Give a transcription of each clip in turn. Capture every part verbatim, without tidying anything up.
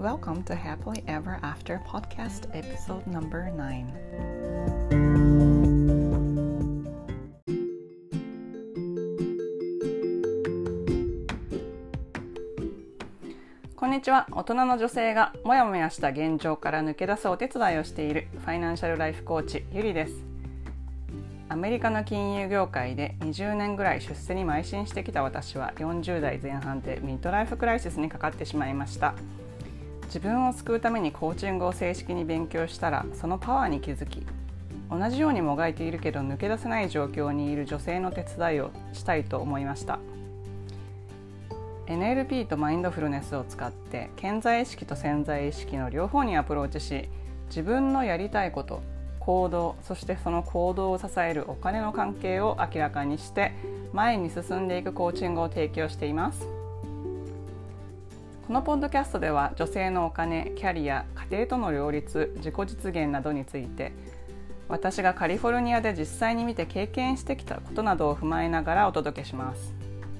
Welcome to Happily Ever After Podcast Episode Number nine. こんにちは。大人の女性がもやもやした現状から抜け出すお手伝いをしているファイナンシャルライフコーチゆりです。アメリカの金融業界でにじゅうねんぐらい出世に邁進してきた私はよんじゅう代前半でミッドライフクライシスにかかってしまいました。自分を救うためにコーチングを正式に勉強したらそのパワーに気づき、同じようにもがいているけど抜け出せない状況にいる女性の手伝いをしたいと思いました。 エヌエルピー とマインドフルネスを使って潜在意識と潜在意識の両方にアプローチし、自分のやりたいこと、行動、そしてその行動を支えるお金の関係を明らかにして前に進んでいくコーチングを提供しています。このポッドキャストでは女性のお金、キャリア、家庭との両立、自己実現などについて、私がカリフォルニアで実際に見て経験してきたことなどを踏まえながらお届けします。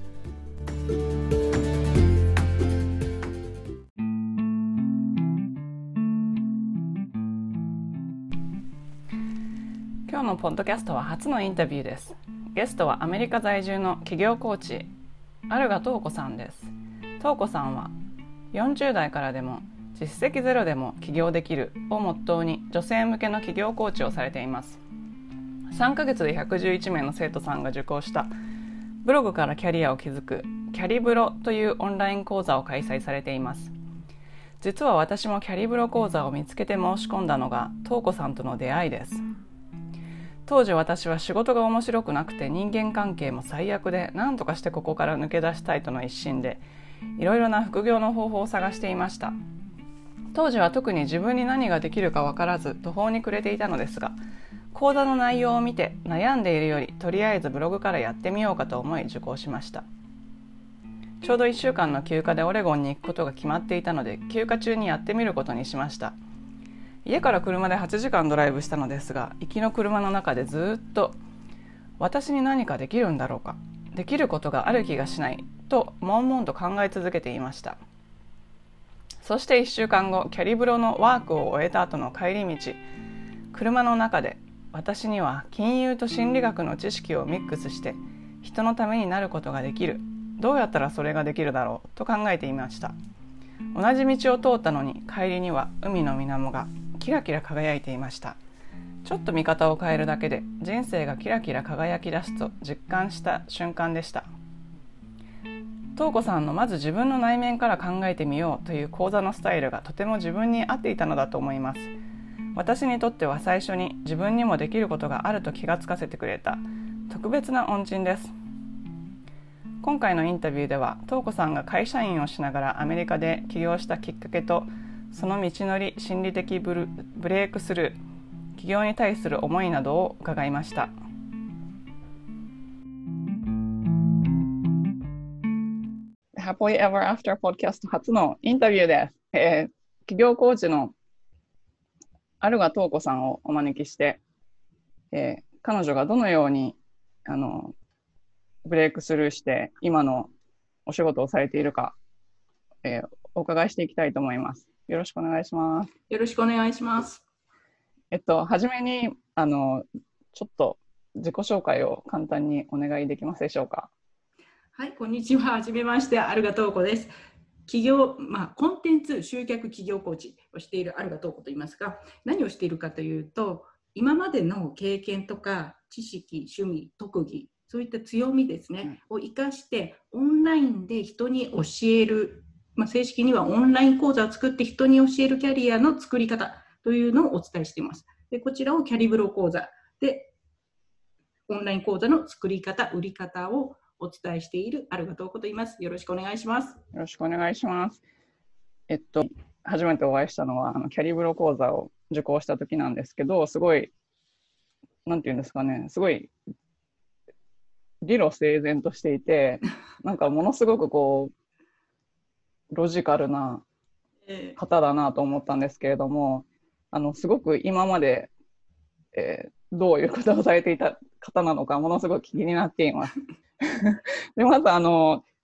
今日のポッドキャストは初のインタビューです。ゲストはアメリカ在住の企業コーチ、アルガトウコさんです。トウコさんはよんじゅう代からでも実績ゼロでも起業できるをモットーに女性向けの企業コーチをされています。さんかげつでひゃくじゅういちめいの生徒さんが受講したブログからキャリアを築くキャリブロというオンライン講座を開催されています。実は私もキャリブロ講座を見つけて申し込んだのがトウコさんとの出会いです。当時私は仕事が面白くなくて人間関係も最悪で、何とかしてここから抜け出したいとの一心でいろいろな副業の方法を探していました。当時は特に自分に何ができるか分からず途方に暮れていたのですが、講座の内容を見て悩んでいるよりとりあえずブログからやってみようかと思い受講しました。ちょうどいっしゅうかんの休暇でオレゴンに行くことが決まっていたので、休暇中にやってみることにしました。家から車ではちじかんドライブしたのですが、行きの車の中でずっと私に何かできるんだろうか、できることがある気がしないと悶々と考え続けていました。そしていっしゅうかんご、キャリブロのワークを終えた後の帰り道、車の中で私には金融と心理学の知識をミックスして人のためになることができる、どうやったらそれができるだろうと考えていました。同じ道を通ったのに帰りには海の水面がキラキラ輝いていました。ちょっと見方を変えるだけで人生がキラキラ輝き出すと実感した瞬間でした。トウコさんのまず自分の内面から考えてみようという講座のスタイルがとても自分に合っていたのだと思います。私にとっては最初に自分にもできることがあると気がつかせてくれた特別な恩人です。今回のインタビューではトウコさんが会社員をしながらアメリカで起業したきっかけと、その道のり、心理的ブルブレイクスルー、起業に対する思いなどを伺いました。Happily Ever After Podcast 初のインタビューです。えー、起業コーチのアルガトウコさんをお招きして、えー、彼女がどのようにあのブレイクスルーして今のお仕事をされているか、えー、お伺いしていきたいと思います。よろしくお願いします。 よろしくお願いします。 えっと、はじめにあのちょっと自己紹介を簡単にお願いできますでしょうか。 はい、こんにちは。はじめまして、アルガトウコです。企業、まあ、コンテンツ集客企業コーチをしているアルガトウコと言いますが、何をしているかというと、今までの経験とか知識、趣味、特技、そういった強みですね、うん、を生かしてオンラインで人に教える、まあ、正式にはオンライン講座を作って人に教えるキャリアの作り方というのをお伝えしています。でこちらをキャリブロ講座でオンライン講座の作り方、売り方をお伝えしているアルガトウコと言います。よろしくお願いします。 よろしくお願いします。えっと、初めてお会いしたのはあのキャリブロ講座を受講した時なんですけど、すごい、なんていうんですかね、すごい理路整然としていて、なんかものすごくこうロジカルな方だなと思ったんですけれども、あのすごく今まで、えー、どういうことをされていた方なのかものすごく気になっています。でまずあの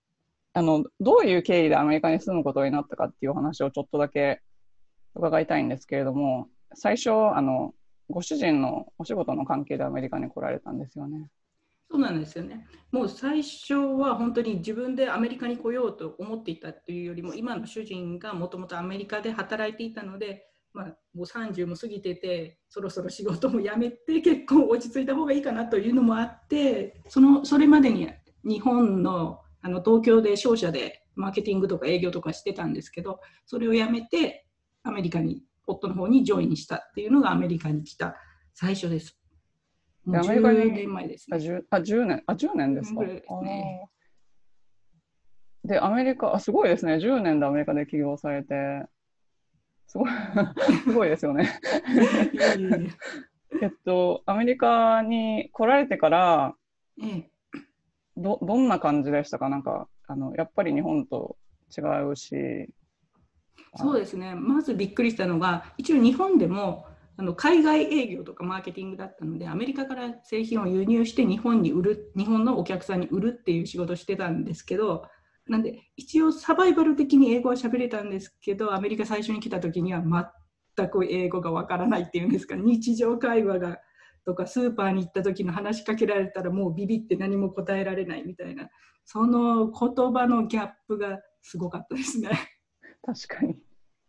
あのどういう経緯でアメリカに住むことになったかっていうお話をちょっとだけ伺いたいんですけれども、最初あのご主人のお仕事の関係でアメリカに来られたんですよね。 そうなんですよね。もう最初は本当に自分でアメリカに来ようと思っていたというよりも、今の主人がもともとアメリカで働いていたので、まあ、もうさんじゅうも過ぎてて、そろそろ仕事も辞めて結婚落ち着いた方がいいかなというのもあって、そのそれまでに日本の、あの東京で商社でマーケティングとか営業とかしてたんですけど、それを辞めてアメリカに、夫の方にジョインしたっていうのがアメリカに来た最初です。もうでアメリカにじゅうねんまえですあね。 じゅあじゅうねんあじゅうねんですか。 ぐらいですね。 あでアメリカあすごいですね。じゅうねんでアメリカで起業されてすごいすごいですよね。 いえいえいえっとアメリカに来られてからえ。ええ、 どどんな感じでしたか。なんかあのやっぱり日本と違うし。あそうですね。まずびっくりしたのが、一応日本でもあの海外営業とかマーケティングだったので、アメリカから製品を輸入して日本に売る、日本のお客さんに売るっていう仕事をしてたんですけど、なんで一応サバイバル的に英語は喋れたんですけど、アメリカ最初に来た時には全く英語がわからないっていうんですか、日常会話がとかスーパーに行った時の話しかけられたらもうビビって何も答えられないみたいな、その言葉のギャップがすごかったですね。 確かに。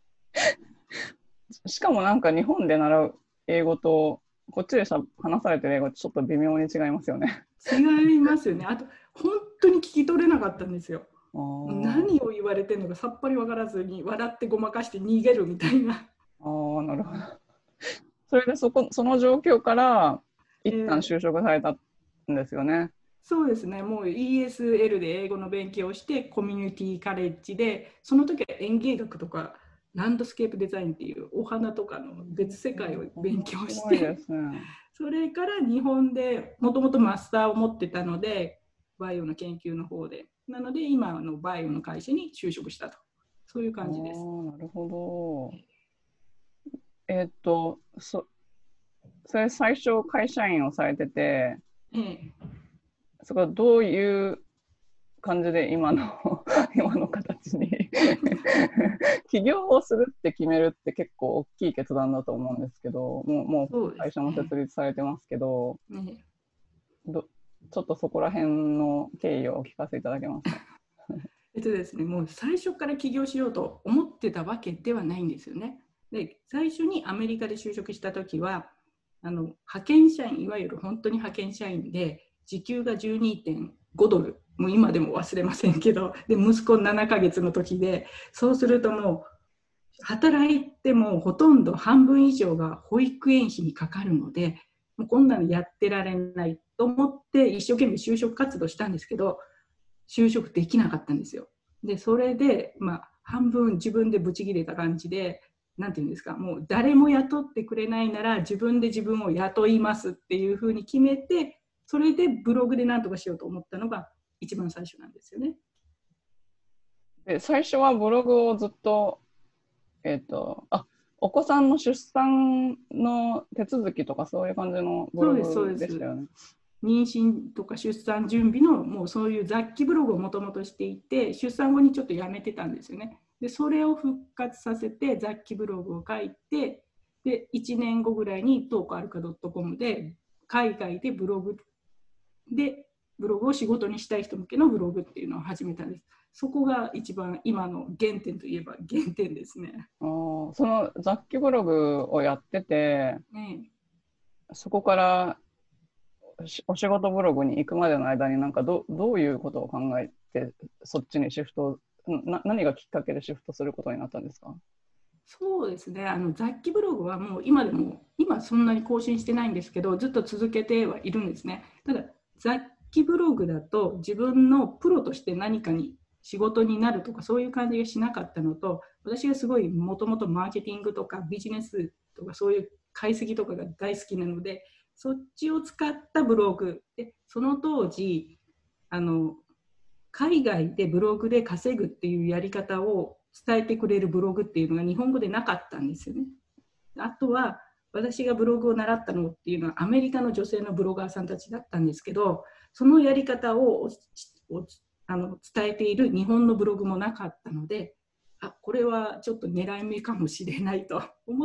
しかもなんか日本で習う英語とこっちでしゃ話されてる英語ってちょっと微妙に違いますよね。 違いますよね。あと本当に聞き取れなかったんですよ。 あー何を言われてるのかさっぱり分からずに笑ってごまかして逃げるみたいな。 あー、なるほど。それでそこその状況からえ一旦ー就職されたんですよね。 そうですね。もう イーエスエル で英語の勉強をしてコミュニティカレッジで、その時は園芸学とかランドスケープデザインっていうお花とかの別世界を勉強すしてごいですね。 それから日本でもともとマスターを持ってたので、バイオの研究の方で、なので今のバイオの会社に就職したと、そういうあ感じです。 ー、なるほど。えーっとそそれ最初会社員をされてて、 ええ、 そこはどういう感じで今の今の形に起業をするって決めるって結構大きい決断だと思うんですけど、もう、もうそうで会社もすね。 設立されてますけど、 ね、 どちょっとそこら辺の経緯をお聞かせいただけますか。 えっとですね、もう最初から起業しようと思ってたわけではないんですよね。で、最初にアメリカで就職した時は、あの派遣社員、いわゆる本当に派遣社員で、時給がじゅうにてんごドル、もう今でも忘れませんけど、で息子ななかげつの時で、そうするともう、働いてもほとんど半分以上が保育園費にかかるので、もうこんなのやってられないと思って一生懸命就職活動したんですけど、就職できなかったんですよ。で、それで、まあ、半分自分でブチ切れた感じで、なんていうんですか、もう誰も雇ってくれないなら自分で自分を雇いますっていうふうに決めて、それでブログで何とかしようと思ったのが一番最初なんですよね。 で最初はブログをずっと、えっと、あ、お子さんの出産の手続きとかそういう感じのブロそうです、そうグです。 でしたよね。 妊娠とか出産準備のもうそういう雑記ブログをもともとしていて、出産後にちょっとやめてたんですよね。でそれを復活させて雑記ブログを書いて、でいちねんごぐらいにトークアルカ .com で海外でブログでブログを仕事にしたい人向けのブログっていうのを始めたんです。そこが一番今の原点といえば原点ですね。 あー、その雑記ブログをやってて、 ね、 そこからお仕事ブログに行くまでの間になんか ど, どういうことを考えてそっちにシフトな何がきっかけでシフトすることになったんですか。 そうですね、あの雑記ブログはもう今でも、今そんなに更新してないんですけど、ずっと続けてはいるんですね。ただ、雑記ブログだと自分のプロとして何かに仕事になるとか、そういう感じがしなかったのと、私がすごいもともとマーケティングとかビジネスとか、そういう解析とかが大好きなので、そっちを使ったブログで、その当時、あの海外でブログで稼ぐっていうやり方を伝えてくれるブログっていうのが日本語でなかったんですよね。あとは私がブログを習ったのっていうのはアメリカの女性のブロガーさんたちだったんですけど、そのやり方をあの伝えている日本のブログもなかったので、あ、これはちょっと狙い目かもしれないと思って、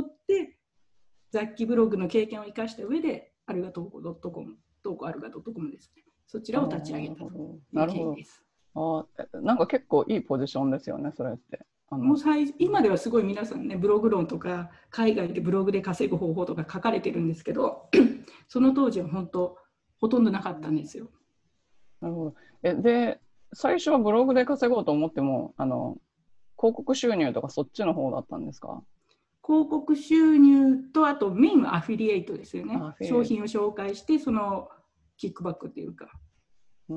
雑記ブログの経験を生かした上で、アルガトーコ .com、トーコアルガ .com ですね。そちらを立ち上げたという経緯です。 あ、なんか結構いいポジションですよね、それって。あのもう最今ではすごい皆さんね、ブログ論とか海外でブログで稼ぐ方法とか書かれてるんですけど、その当時は本当ほとんどなかったんですよ。 なるほど。えで最初はブログで稼ごうと思っても、あの広告収入とかそっちの方だったんですか？ 広告収入と、あとメインはアフィリエイトですよね。商品を紹介してそのキックバックっていうか。 うん、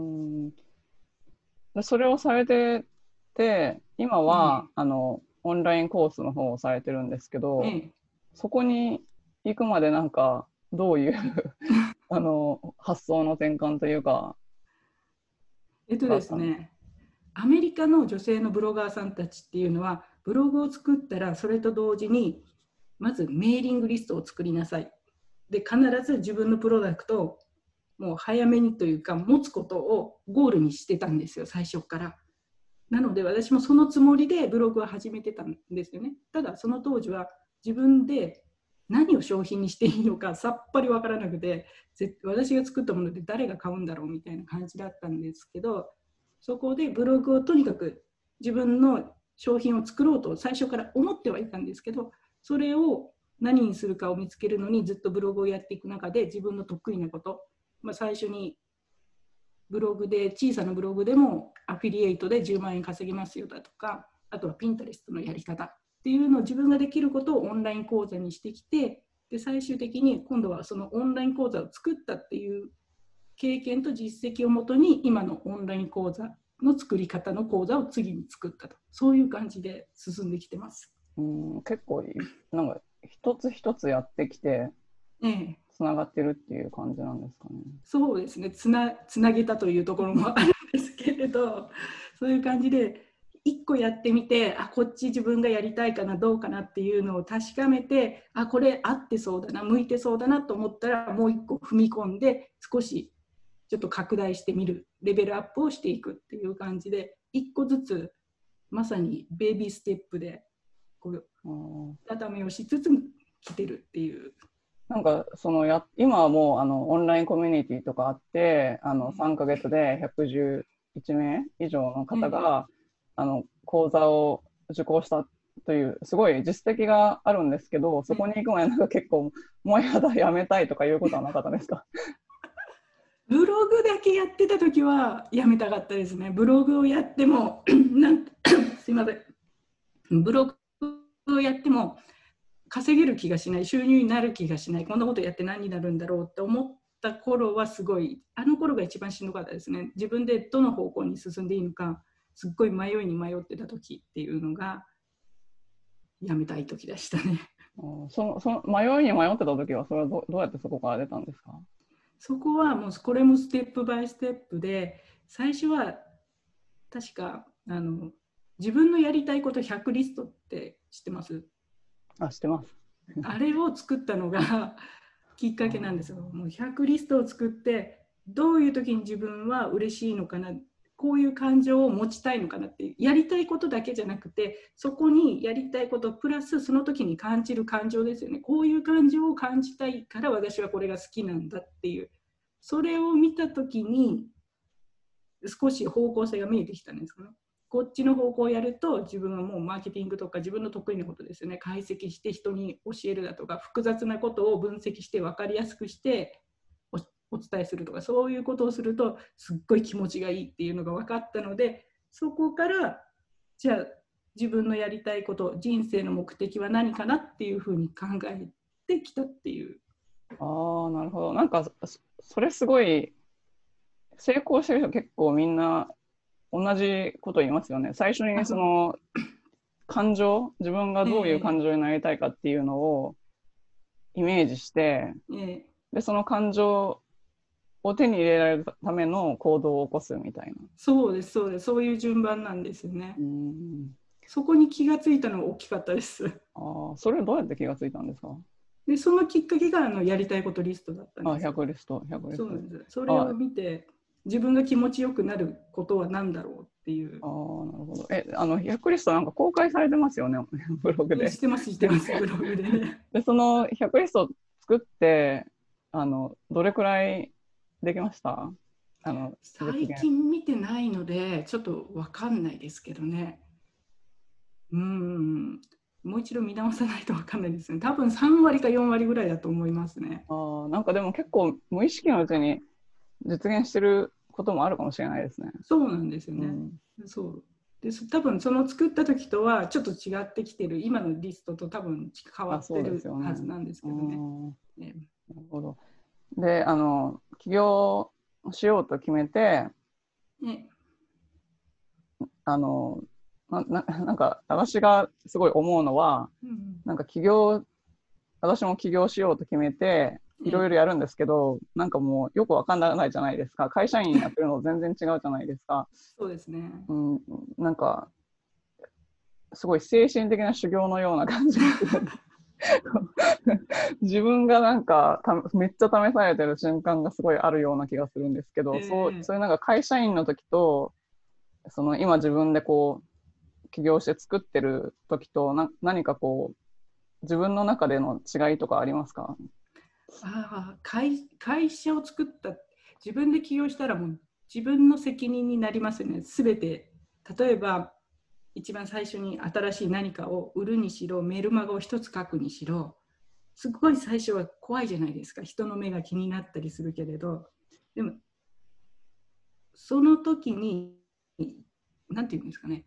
それをされてて、今は、ね、あのオンラインコースの方をされてるんですけど、ね、そこに行くまでなんかどういうあの発想の転換というか。 えっとですね、アメリカの女性のブロガーさんたちっていうのは、ブログを作ったらそれと同時にまずメーリングリストを作りなさい。で、必ず自分のプロダクトをもう早めにというか持つことをゴールにしてたんですよ、最初から。なので私もそのつもりでブログを始めてたんですよね。ただその当時は自分で何を商品にしていいのかさっぱり分からなくて、私が作ったもので誰が買うんだろうみたいな感じだったんですけど、そこでブログをとにかく自分の商品を作ろうと最初から思ってはいたんですけど、それを何にするかを見つけるのにずっとブログをやっていく中で自分の得意なこと、まあ、最初にブログで小さなブログでもアフィリエイトでじゅうまんえん稼ぎますよだとか、あとはピンタレストのやり方っていうのを自分ができることをオンライン講座にしてきて、で最終的に今度はそのオンライン講座を作ったっていう経験と実績をもとに今のオンライン講座の作り方の講座を次に作ったと、そういう感じで進んできてます。 うん、結構なんか一つ一つやってきてつながってるっていう感じなんですかね。 ええ、そうですね、つな、つなげたというところもあるんですけれどそういう感じでいっこやってみて、あ、こっち自分がやりたいかなどうかなっていうのを確かめて、あ、これ合ってそうだな向いてそうだなと思ったらもういっこ踏み込んで少しちょっと拡大してみる、レベルアップをしていくっていう感じで、いっこずつまさにベイビーステップでこう畳をしつつ来てるっていう。 なんかそのや今はもうあのオンラインコミュニティとかあって、あのさんかげつでひゃくじゅういちめい以上の方が、うん、あの講座を受講したというすごい実績があるんですけど、そこに行く前なんか結構もうやだやめたいとかいうことはなかったですか？ ブログだけやってた時はやめたかったですね。ブログをやってもなんすいません、ブログをやっても稼げる気がしない、収入になる気がしない、こんなことやって何になるんだろうって思った頃はすごい、あの頃が一番しんどかったですね。自分でどの方向に進んでいいのかすっごい迷いに迷ってた時っていうのがやめたい時でしたね。 そのその迷いに迷ってた時はそれは ど, どうやってそこから出たんですか？ そこはもうこれもステップバイステップで、最初は確かあの自分のやりたいことひゃくリストって知ってます？ あ、知ってます。 あれを作ったのがきっかけなんですよ。もうひゃくリストを作って、どういう時に自分は嬉しいのかな、こういう感情を持ちたいのかなって、やりたいことだけじゃなくて、そこにやりたいことプラスその時に感じる感情ですよね。こういう感情を感じたいから私はこれが好きなんだっていう、それを見た時に少し方向性が見えてきたんですよね。こっちの方向をやると自分はもうマーケティングとか自分の得意なことですよね、解析して人に教えるだとか、複雑なことを分析して分かりやすくしてお伝えするとか、そういうことをするとすっごい気持ちがいいっていうのが分かったので、そこからじゃあ自分のやりたいこと、人生の目的は何かなっていうふうに考えてきたっていう。 ああ、なるほど。なんかそれすごい成功してる人結構みんな同じこと言いますよね。最初にその感情、自分がどういう感情になりたいかっていうのをイメージして、えー、でその感情を手に入れられるための行動を起こすみたいな。 そうですそうです、そういう順番なんですよね。うん、そこに気がついたのが大きかったです。 ああ、それどうやって気がついたんですか？ でそのきっかけがあのやりたいことリストだったんです。 あ、ひゃくリスト、ひゃくリスト。 そうです。それを見て、 自分が気持ちよくなることは何だろうっていう。 ああ、なるほど。え、あの、ヒャクリストなんか公開されてますよね、ブログで。 知ってます、知ってます、ブログでね。 で、そのヒャクリスト作って、あの、どれくらいできました？あの、 最近見てないので、ちょっとわかんないですけどね。うん。もう一度見直さないとわかんないですね。多分さん割かよん割ぐらいだと思いますね。 ああ、なんかでも結構無意識のうちに実現してることもあるかもしれないですね。 そうなんですよね。うん、そうです多分その作った時とはちょっと違ってきてる、今のリストと多分変わってるはずなんですけどね。ね、 なるほど。で、あの起業しようと決めて、ね、あのなななんか私がすごい思うのは、うん、なんか起業私も起業しようと決めていろいろやるんですけど、うん、なんかもうよくわかんないじゃないですか。会社員やってるの全然違うじゃないですか。 そうですね。 うん、なんかすごい精神的な修行のような感じがする。自分がなんかためっちゃ試されてる瞬間がすごいあるような気がするんですけど、えー、そうそういうなんか会社員の時とその今自分でこう起業して作ってる時とな何かこう自分の中での違いとかありますか？ ああ、会、会社を作った自分で起業したらもう自分の責任になりますね。すべて例えば一番最初に新しい何かを売るにしろ、メルマガを一つ書くにしろ、すごい最初は怖いじゃないですか。人の目が気になったりするけれど、でもその時に何て言うんですかね、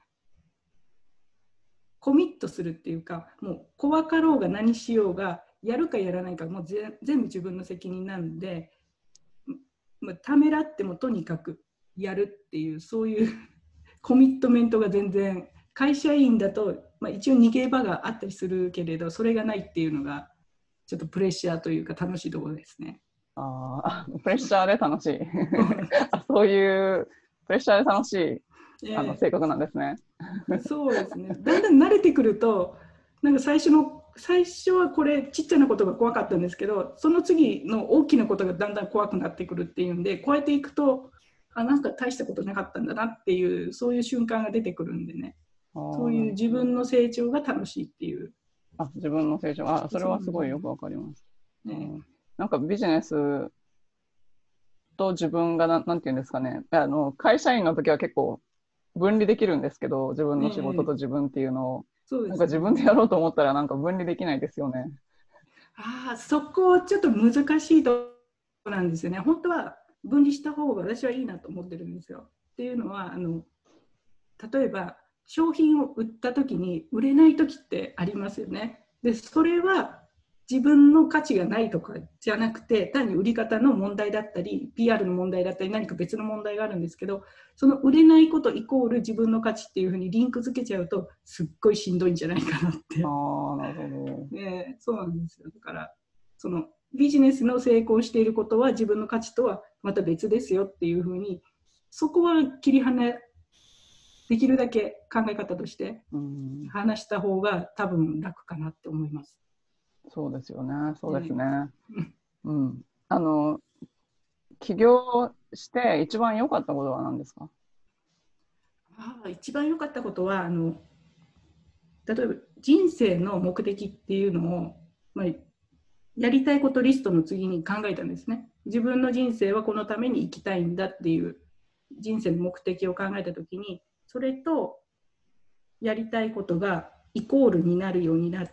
コミットするっていうか、もう怖かろうが何しようがやるかやらないかもう全部自分の責任なんで、まあ、ためらってもとにかくやるっていう、そういうコミットメントが全然会社員だと、まあ、一応逃げ場があったりするけれど、それがないっていうのがちょっとプレッシャーというか楽しいところですね。 ああ、プレッシャーで楽しいあ、そういうプレッシャーで楽しい、えー、あの性格なんですね。 そうですね。だんだん慣れてくると、なんか最初の最初はこれちっちゃなことが怖かったんですけど、その次の大きなことがだんだん怖くなってくるっていうんで、こうやっていくと、あ、なんか大したことなかったんだなっていう、そういう瞬間が出てくるんでね、そういう自分の成長が楽しいっていう。 あ、自分の成長、あ、それはすごいよくわかります。ね、うん、なんかビジネスと自分がな、なんていうんですかね、あの会社員の時は結構分離できるんですけど、自分の仕事と自分っていうのを、ね、なんか自分でやろうと思ったらなんか分離できないですよね。 ああ、そこちょっと難しいところなんですよね。本当は分離した方が私はいいなと思ってるんですよ。っていうのは、あの例えば商品を売った時に売れない時ってありますよね。でそれは自分の価値がないとかじゃなくて、単に売り方の問題だったり ピーアール の問題だったり何か別の問題があるんですけど、その売れないことイコール自分の価値っていうふうにリンク付けちゃうとすっごいしんどいんじゃないかなって。 あ、なるほど、 ね、そうなんですよ。だからそのビジネスの成功していることは自分の価値とはまた別ですよっていうふうに、そこは切り離できるだけ考え方として話した方が多分楽かなって思います。 そうですよね、そうですね。うん、あの起業して一番良かったことは何ですか？ あ、一番良かったことは、あの例えば人生の目的っていうのを、まあ、やりたいことリストの次に考えたんですね。自分の人生はこのために生きたいんだっていう人生の目的を考えたときに、それとやりたいことがイコールになるようになって、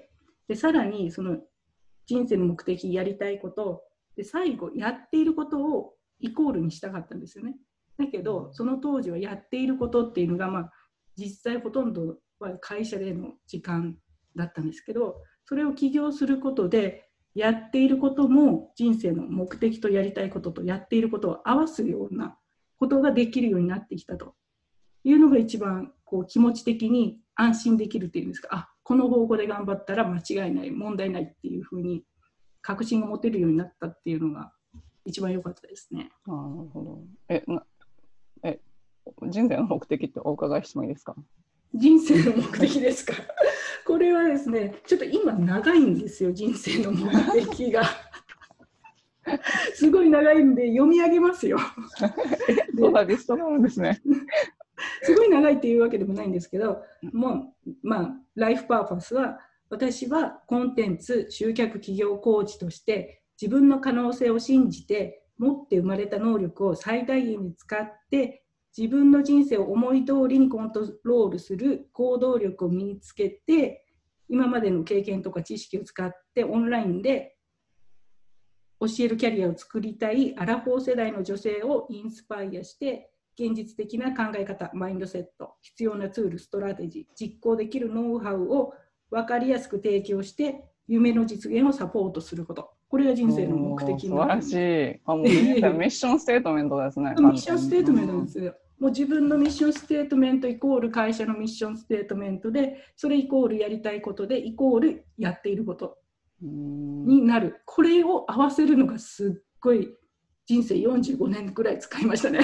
でさらにその人生の目的、やりたいことで最後やっていることをイコールにしたかったんですよね。だけどその当時はやっていることっていうのが、まあ、実際ほとんどは会社での時間だったんですけど、それを起業することでやっていることも人生の目的とやりたいこととやっていることを合わすようなことができるようになってきたというのが一番こう気持ち的に安心できるっていうんですか、あ、この方向で頑張ったら間違いない、問題ないっていうふうに確信が持てるようになったっていうのが一番良かったですね。 あ、なるほど。えなえ人生の目的ってお伺いしてもいいですか？ 人生の目的ですか？これはですね、ちょっと今長いんですよ、人生の目的が。 すごい長いんで読み上げますよ。 そうだ、リストがあるんですね。 すごい長いっていうわけでもないんですけど、もう、まあ、ライフパーパスは、私はコンテンツ集客企業コーチとして自分の可能性を信じて持って生まれた能力を最大限に使って自分の人生を思い通りにコントロールする行動力を身につけて、今までの経験とか知識を使ってオンラインで教えるキャリアを作りたいアラフォー世代の女性をインスパイアして現実的な考え方、マインドセット、必要なツール、ストラテジー、実行できるノウハウを分かりやすく提供して夢の実現をサポートすること。これが人生の目的になる。 素晴らしい。あ、もう人生のミッションステートメントですね。 ミッションステートメントですよ。もう自分のミッションステートメントイコール会社のミッションステートメントで、それイコールやりたいことで、イコールやっていることになる。これを合わせるのがすっごい人生よんじゅうごねんくらい使いましたね。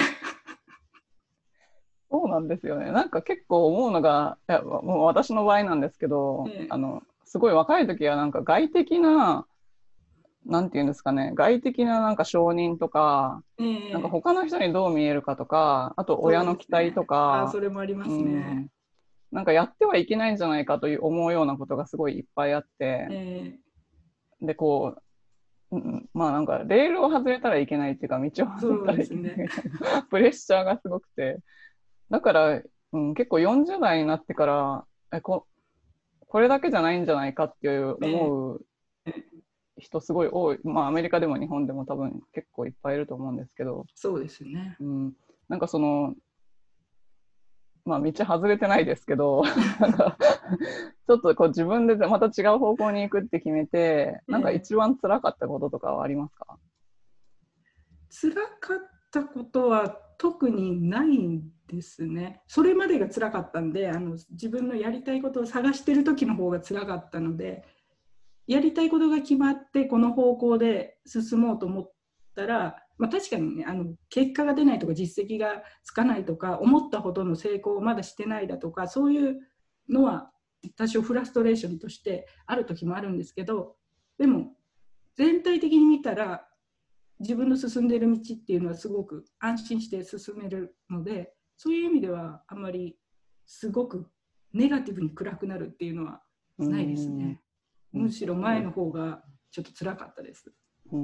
そうなんですよね。なんか結構思うのが、いや、もう私の場合なんですけど、ええ、あのすごい若い時はなんか外的な、なんていうんですかね、外的ななんか承認とか、ええ、なんか他の人にどう見えるかとか、あと親の期待とか、 ね、あ、それもありますね、うん。 なんかやってはいけないんじゃないかという思うようなことがすごいいっぱいあって、ええ、でこう、うん、まあなんかレールを外れたらいけないっていうか、道を外れたらいけないみたいな、ね、プレッシャーがすごくて。だから、うん、結構よんじゅう代になってからえ こ, これだけじゃないんじゃないかっていう思う人すごい多い、まあ、アメリカでも日本でも多分結構いっぱいいると思うんですけど、 そうですね、 うん、なんかその、まあ、道外れてないですけどなんかちょっとこう自分でまた違う方向に行くって決めて、なんか一番辛かったこととかはありますか？ 辛かったことは特にないんですね。それまでが辛かったんで、あの自分のやりたいことを探してる時の方が辛かったので、やりたいことが決まってこの方向で進もうと思ったら、まあ、確かにね、あの結果が出ないとか実績がつかないとか思ったほどの成功をまだしてないだとか、そういうのは多少フラストレーションとしてある時もあるんですけど、でも全体的に見たら自分の進んでいる道っていうのはすごく安心して進めるので、そういう意味ではあんまりすごくネガティブに暗くなるっていうのはないですね。むしろ前の方がちょっと辛かったです。 うん、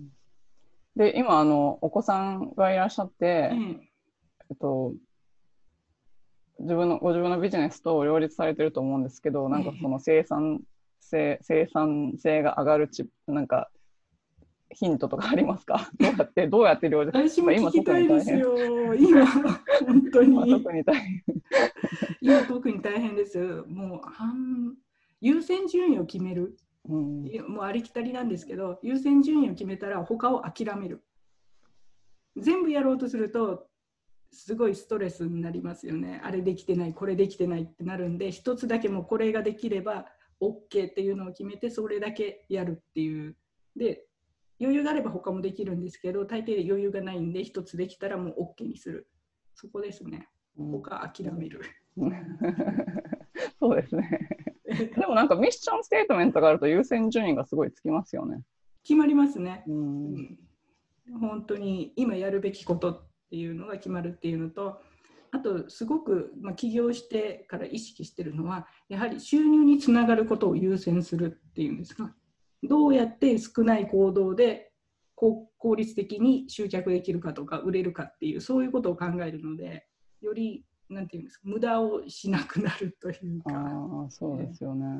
で、今あのお子さんがいらっしゃって、うん、えっと自分のご自分のビジネスと両立されてると思うんですけど、なんかその生産性生産性が上がるチなんかヒントとかありますか？どうやってどうやって両立？ 私も聞きたいですよ。今本当に今特に大変今特に大変です。もう優先順位を決める、うん、もうありきたりなんですけど、優先順位を決めたら他を諦める。全部やろうとするとすごいストレスになりますよね。あれできてない、これできてないってなるんで、一つだけもうこれができれば OK っていうのを決めて、それだけやるっていう。で、余裕があれば他もできるんですけど、大抵余裕がないんで、一つできたらもう OK にする。そこですね。他諦める。 うん、そうですね。でもなんかミッションステートメントがあると優先順位がすごいつきますよね。 決まりますね。 うん、 うん、本当に今やるべきことっていうのが決まるっていうのと、あとすごく、まあ、起業してから意識してるのは、やはり収入につながることを優先するっていうんですか。どうやって少ない行動で効率的に集客できるかとか売れるかっていう、そういうことを考えるので、よりなんていうんですか、無駄をしなくなるというか。 ああ、そうですよね。うん、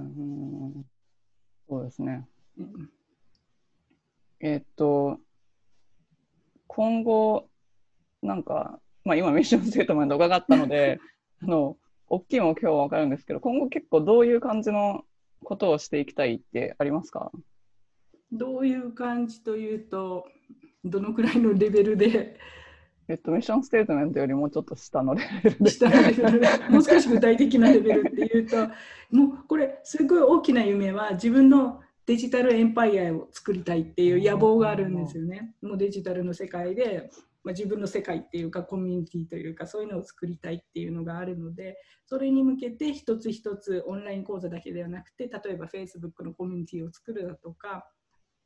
そうですね。うん、えー、っと今後なんか、まあ、今ミッションステートメント伺ったのであの大きい目標は分かるんですけど、今後結構どういう感じのことをしていきたいってありますか？ どういう感じというと、どのくらいのレベルでえっと、ミッションステートメントよりもうちょっと下のレベルで下のレベルでもう少し具体的なレベルっていうと、もうこれすごい大きな夢は自分のデジタルエンパイアを作りたいっていう野望があるんですよね。もうデジタルの世界で、まあ、自分の世界っていうかコミュニティというかそういうのを作りたいっていうのがあるので、それに向けて一つ一つオンライン講座だけではなくて、例えば Facebook のコミュニティを作るだとか、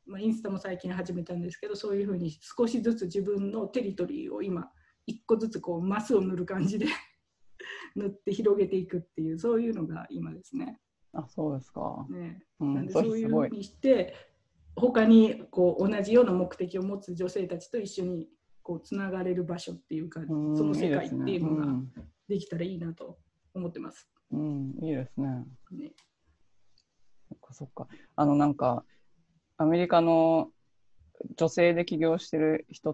まあ、インスタも最近始めたんですけど、そういうふうに少しずつ自分のテリトリーを今一個ずつこうマスを塗る感じで塗って広げていくっていう、そういうのが今ですね。 あ、そうですか。 ね、 うん、 なんでそそういうふうれすごい。 にして他にこう同じような目的を持つ女性たちと一緒にこうつながれる場所っていうか、 うん、 その世いいですね。 界っていうのがうん、 できたらいいなと思ってます。 うん、いいですね。 ね、 そっかそっか。あの、なんか、アメリカの女性で起業してる人って、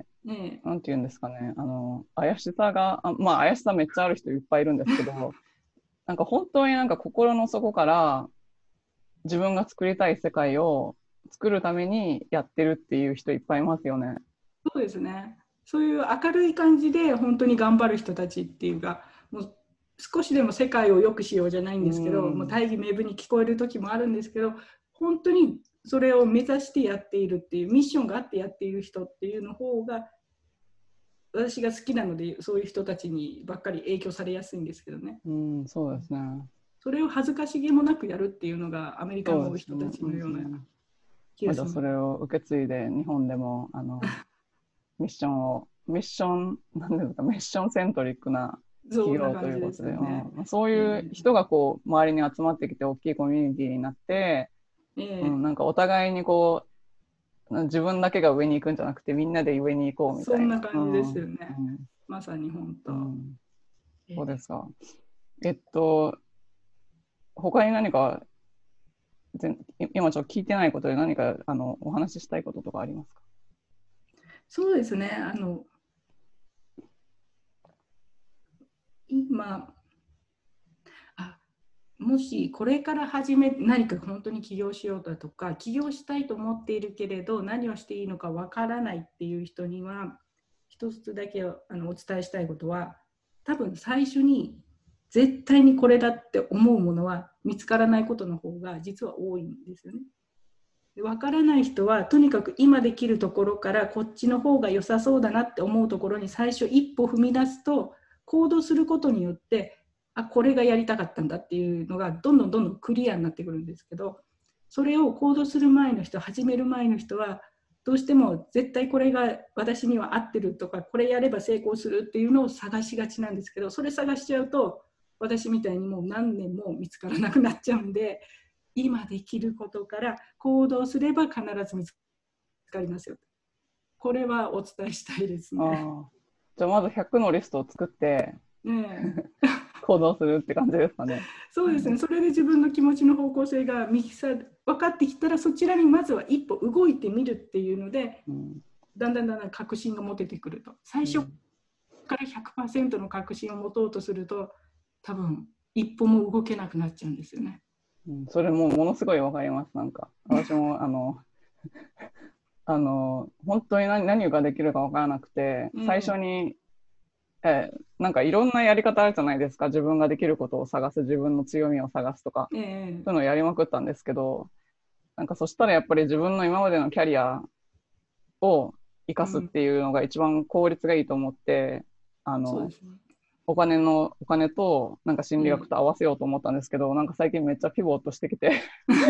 ねなんて言うんですかね、あの、怪しさが、あ、まあ、怪しさめっちゃある人いっぱいいるんですけど、なんか本当になんか心の底から自分が作りたい世界を作るためにやってるっていう人いっぱいいますよね。 そうですね。そういう明るい感じで本当に頑張る人たちっていうか、もう少しでも世界を良くしようじゃないんうですけど、もうん、 大義名分に聞こえる時もあるんですけど、本当にそれを目指してやっているっていうミッションがあってやっている人っていうの方が私が好きなので、そういう人たちにばっかり影響されやすいんですけどね。 うん、そうですね。 それを恥ずかしげもなくやるっていうのがアメリカそうですね。 の人たちのようなうん、 気がします。 まあじゃあそれを受け継いで日本でもあのミッションをミッションなんですかミッションセントリックなそんな企業と感じですいうことで、 よね。 うん、そういうえ人がこう周りに集まってきて大きいコミュニティになって、 ーえーうん、なんかお互いにこう自分だけが上に行くんじゃなくてみんなで上に行こうみそんたいな。 な感じでうん、うん、 すよね。まさに本当。 うん、 えーそうですか。えっと他に何か全今ちょっと聞いてないことで何かあのお話ししたいこととかありますか？ そうですね。あの今あもしこれから始め何か本当に起業しようだとか起業したいと思っているけれど何をしていいのかわからないっていう人には一つだけあのお伝えしたいことは、多分最初に絶対にこれだって思うものは見つからないことの方が実は多いんですよね。わからない人はとにかく今できるところからこっちの方が良さそうだなって思うところに最初一歩踏み出すと、行動することによってあこれがやりたかったんだっていうのがどんどんどんどんクリアになってくるんですけど、それを行動する前の人、始める前の人はどうしても絶対これが私には合ってるとかこれやれば成功するっていうのを探しがちなんですけど、それ探しちゃうと私みたいにもう何年も見つからなくなっちゃうんで、今できることから行動すれば必ず見つかりますよ。これはお伝えしたいですね。 ああ、じゃあまずひゃくのリストを作ってねえ行動するって感じですかね。 そうですね。それで自分の気持ちの方向性が右さ分かってきたら、そちらにまずは一歩動いてみるっていうので、 うん、 だんだんだんだん確信が持ててくると。最初うん、 から ひゃくパーセント の確信を持とうとすると、多分一歩も動けなくなっちゃうんですよね。 うん、それもものすごいわかります。なんか私もあのあの本当に何、何ができるかわからなくて、最初えに、えーなんかいろんなやり方あるじゃないですか。自分ができることを探す、自分の強みを探すとか、 ええそういうのをやりまくったんですけど、なんかそしたらやっぱり自分の今までのキャリアを生かすっうん、 ていうのが一番効率がいいと思って、あのそうですね。 お金の、お金となんか心理学えと合わせようと思ったんですけど、なんか最近めっちゃピボットしてきて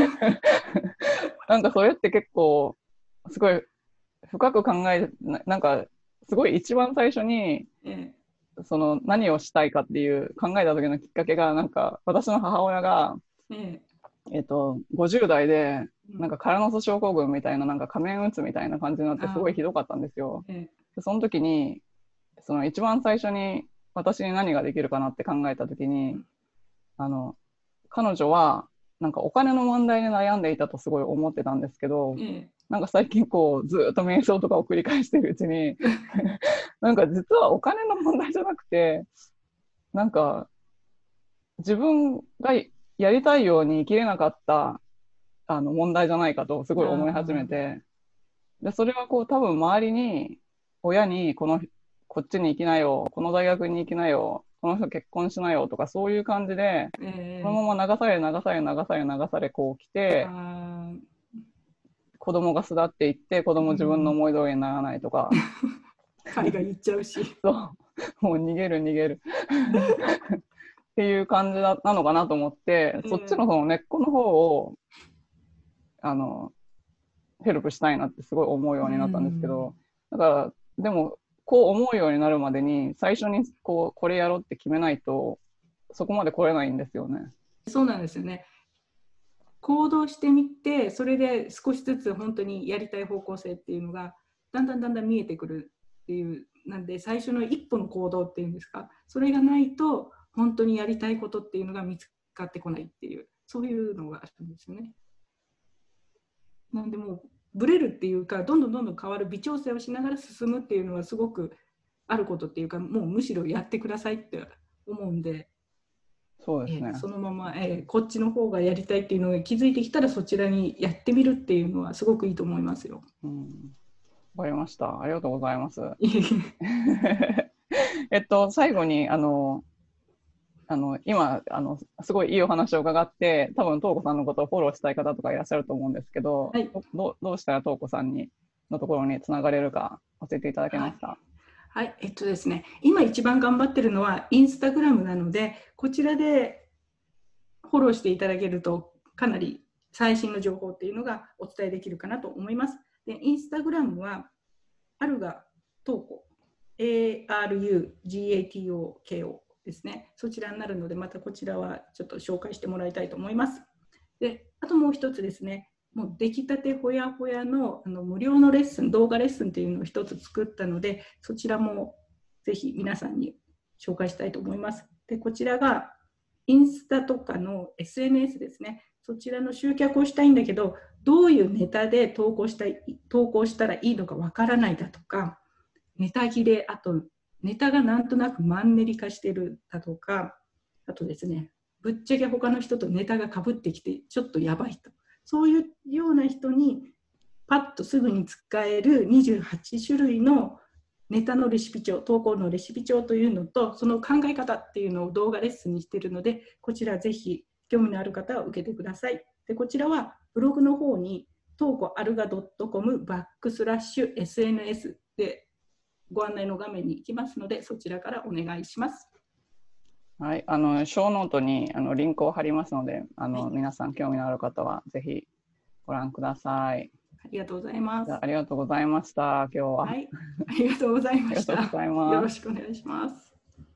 なんかそれって結構、すごい深く考え、ななんかすごい一番最初に、 ええその何をしたいかっていう考えた時のきっかけが、なんか私の母親が、 えええっと、ごじゅう代で、 うんなんかカラノス症候群みたいな、なんか仮面打つみたいな感じになってすごいあひどかったんですよ。 ええでその時に、その一番最初に私に何ができるかなって考えた時に、あの、彼女は、なんかお金の問題に悩んでいたとすごい思ってたんですけど、 ええなんか最近こう、ずっと瞑想とかを繰り返してるうちに、なんか実はお金の問題じゃなくて、なんか自分がやりたいように生きれなかったあの問題じゃないかとすごい思い始めあて、で、それはこう多分周りに、親にこの、こっちに行きなよ、この大学に行きなよ、この人結婚しなよとかそういう感じで、そのええまま流され流され流され流されこう来て、 あ子供が巣立っていって子供自分のうん、 思い通りにならないとか、 海外行っちゃうし。 そう、もう逃げる逃げるっていう感じだなのかなと思って、そっちのええその根っこの方を、あの、 ヘルプしたいなってすごい思うようになったんですけど、だからでもこう思うようになるまでに最初にこうこれやろうって決めないとそこまで来れないんですよね。 そうなんですよね。行動してみて、それで少しずつ本当にやりたい方向性っていうのがだんだんだんだん見えてくるっていう、なんで最初の一歩の行動っていうんですか、それがないと本当にやりたいことっていうのが見つかってこないっていう、そういうのがあるんですよね。なんでもうブレるっていうか、どんどんどんどん変わる、微調整をしながら進むっていうのはすごくあることっていうか、もうむしろやってくださいって思うんで、 そうですね、 えー、そのまま、えー、こっちの方がやりたいっていうのが気づいてきたらそちらにやってみるっていうのはすごくいいと思いますよ。 うん、わかりました。ありがとうございます。 いえいえっと最後にあのあの今あのすごいいいお話を伺って、多分東子さんのことをフォローしたい方とかいらっしゃると思うんですけど、 はい、 ど, どうしたら東子さんにのところにつながれるか教えていただけますか？ はい、はい、えっとですね、今一番頑張ってるのはインスタグラムなので、こちらでフォローしていただけるとかなり最新の情報っていうのがお伝えできるかなと思います。で、インスタグラムはアルガトーコ エーアールユージーエーティーオーケーオー ですね。そちらになるので、またこちらはちょっと紹介してもらいたいと思います。で、あともう一つですね、もう出来たてほやほや の, あの無料のレッスン、動画レッスンっていうのを一つ作ったので、そちらもぜひ皆さんに紹介したいと思います。で、こちらがインスタとかの エスエヌエス ですね。そちらの集客をしたいんだけど、どういうネタで投稿したい、投稿したらいいのかわからないだとか、ネタ切れ、あとネタがなんとなくマンネリ化してるだとか、あとですね、ぶっちゃけ他の人とネタがかぶってきてちょっとやばいと、そういうような人にパッとすぐに使えるにじゅうはちしゅるいのネタのレシピ帳、投稿のレシピ帳というのと、その考え方っていうのを動画レッスンにしているので、こちらぜひ興味のある方は受けてください。で、こちらはブログの方にトーコアルガ .com バックスラッシュ エスエヌエス でご案内の画面に行きますので、そちらからお願いします。 はい、あのショーノートにあのリンクを貼りますので、あの、はい、皆さん興味のある方はぜひご覧ください。 ありがとうございます。 ありがとうございました。今日は、 はい、ありがとうございました。よろしくお願いします。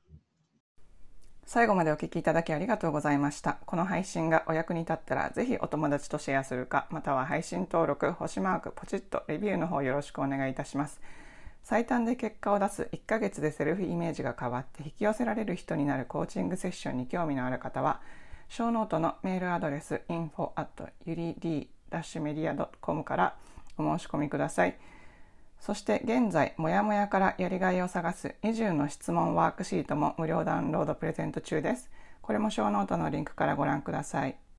最後までお聞きいただきありがとうございました。この配信がお役に立ったら、ぜひお友達とシェアするか、または配信登録、星マーク、ポチッとレビューの方よろしくお願いいたします。最短で結果を出すいっかげつでセルフイメージが変わって引き寄せられる人になるコーチングセッションに興味のある方は、ショーノートのメールアドレス インフォ アット ユリディー メディア ドットコム からお申し込みください。そして現在、もやもやからやりがいを探すにじゅうの質問ワークシートも無料ダウンロードプレゼント中です。これもショーノートのリンクからご覧ください。